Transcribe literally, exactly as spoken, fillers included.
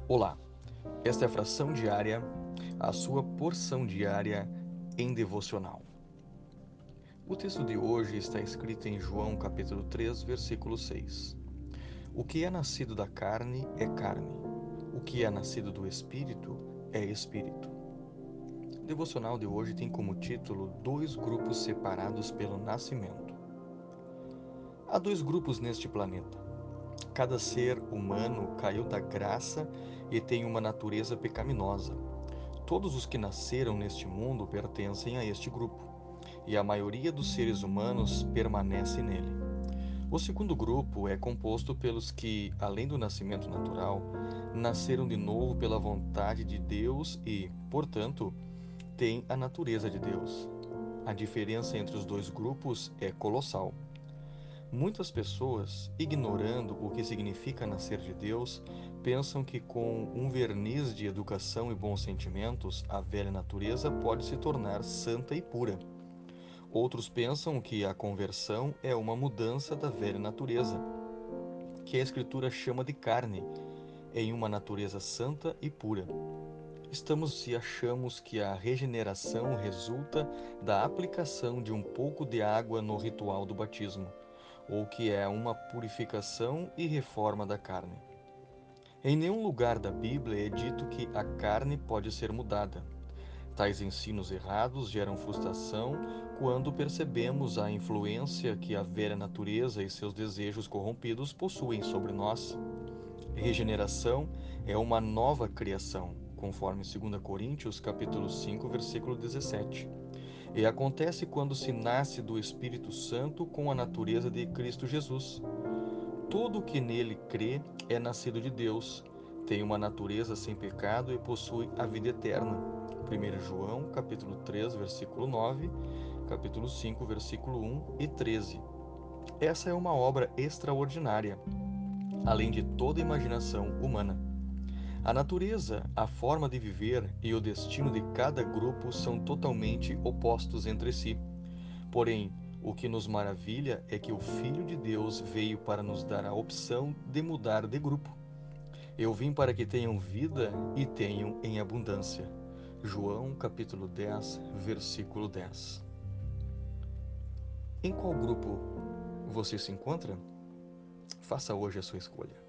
Olá, esta é a fração diária, a sua porção diária em devocional. O texto de hoje está escrito em João capítulo três, versículo seis. O que é nascido da carne é carne, o que é nascido do espírito é espírito. O devocional de hoje tem como título Dois grupos separados pelo nascimento. Há dois grupos neste planeta. Cada ser humano caiu da graça e tem uma natureza pecaminosa. Todos os que nasceram neste mundo pertencem a este grupo, e a maioria dos seres humanos permanece nele. O segundo grupo é composto pelos que, além do nascimento natural, nasceram de novo pela vontade de Deus e, portanto, têm a natureza de Deus. A diferença entre os dois grupos é colossal. Muitas pessoas, ignorando o que significa nascer de Deus, pensam que com um verniz de educação e bons sentimentos, a velha natureza pode se tornar santa e pura. Outros pensam que a conversão é uma mudança da velha natureza, que a Escritura chama de carne, em uma natureza santa e pura. Estamos se achamos que a regeneração resulta da aplicação de um pouco de água no ritual do batismo, ou que é uma purificação e reforma da carne. Em nenhum lugar da Bíblia é dito que a carne pode ser mudada. Tais ensinos errados geram frustração quando percebemos a influência que a velha natureza e seus desejos corrompidos possuem sobre nós. Regeneração é uma nova criação, conforme dois Coríntios capítulo cinco, versículo dezessete. E acontece quando se nasce do Espírito Santo com a natureza de Cristo Jesus. Todo o que nele crê é nascido de Deus, tem uma natureza sem pecado e possui a vida eterna. primeiro João, capítulo três, versículo nove, capítulo cinco, versículo um e treze. Essa é uma obra extraordinária, além de toda imaginação humana. A natureza, a forma de viver e o destino de cada grupo são totalmente opostos entre si. Porém, o que nos maravilha é que o Filho de Deus veio para nos dar a opção de mudar de grupo. Eu vim para que tenham vida e tenham em abundância. João capítulo dez, versículo dez. Em qual grupo você se encontra? Faça hoje a sua escolha.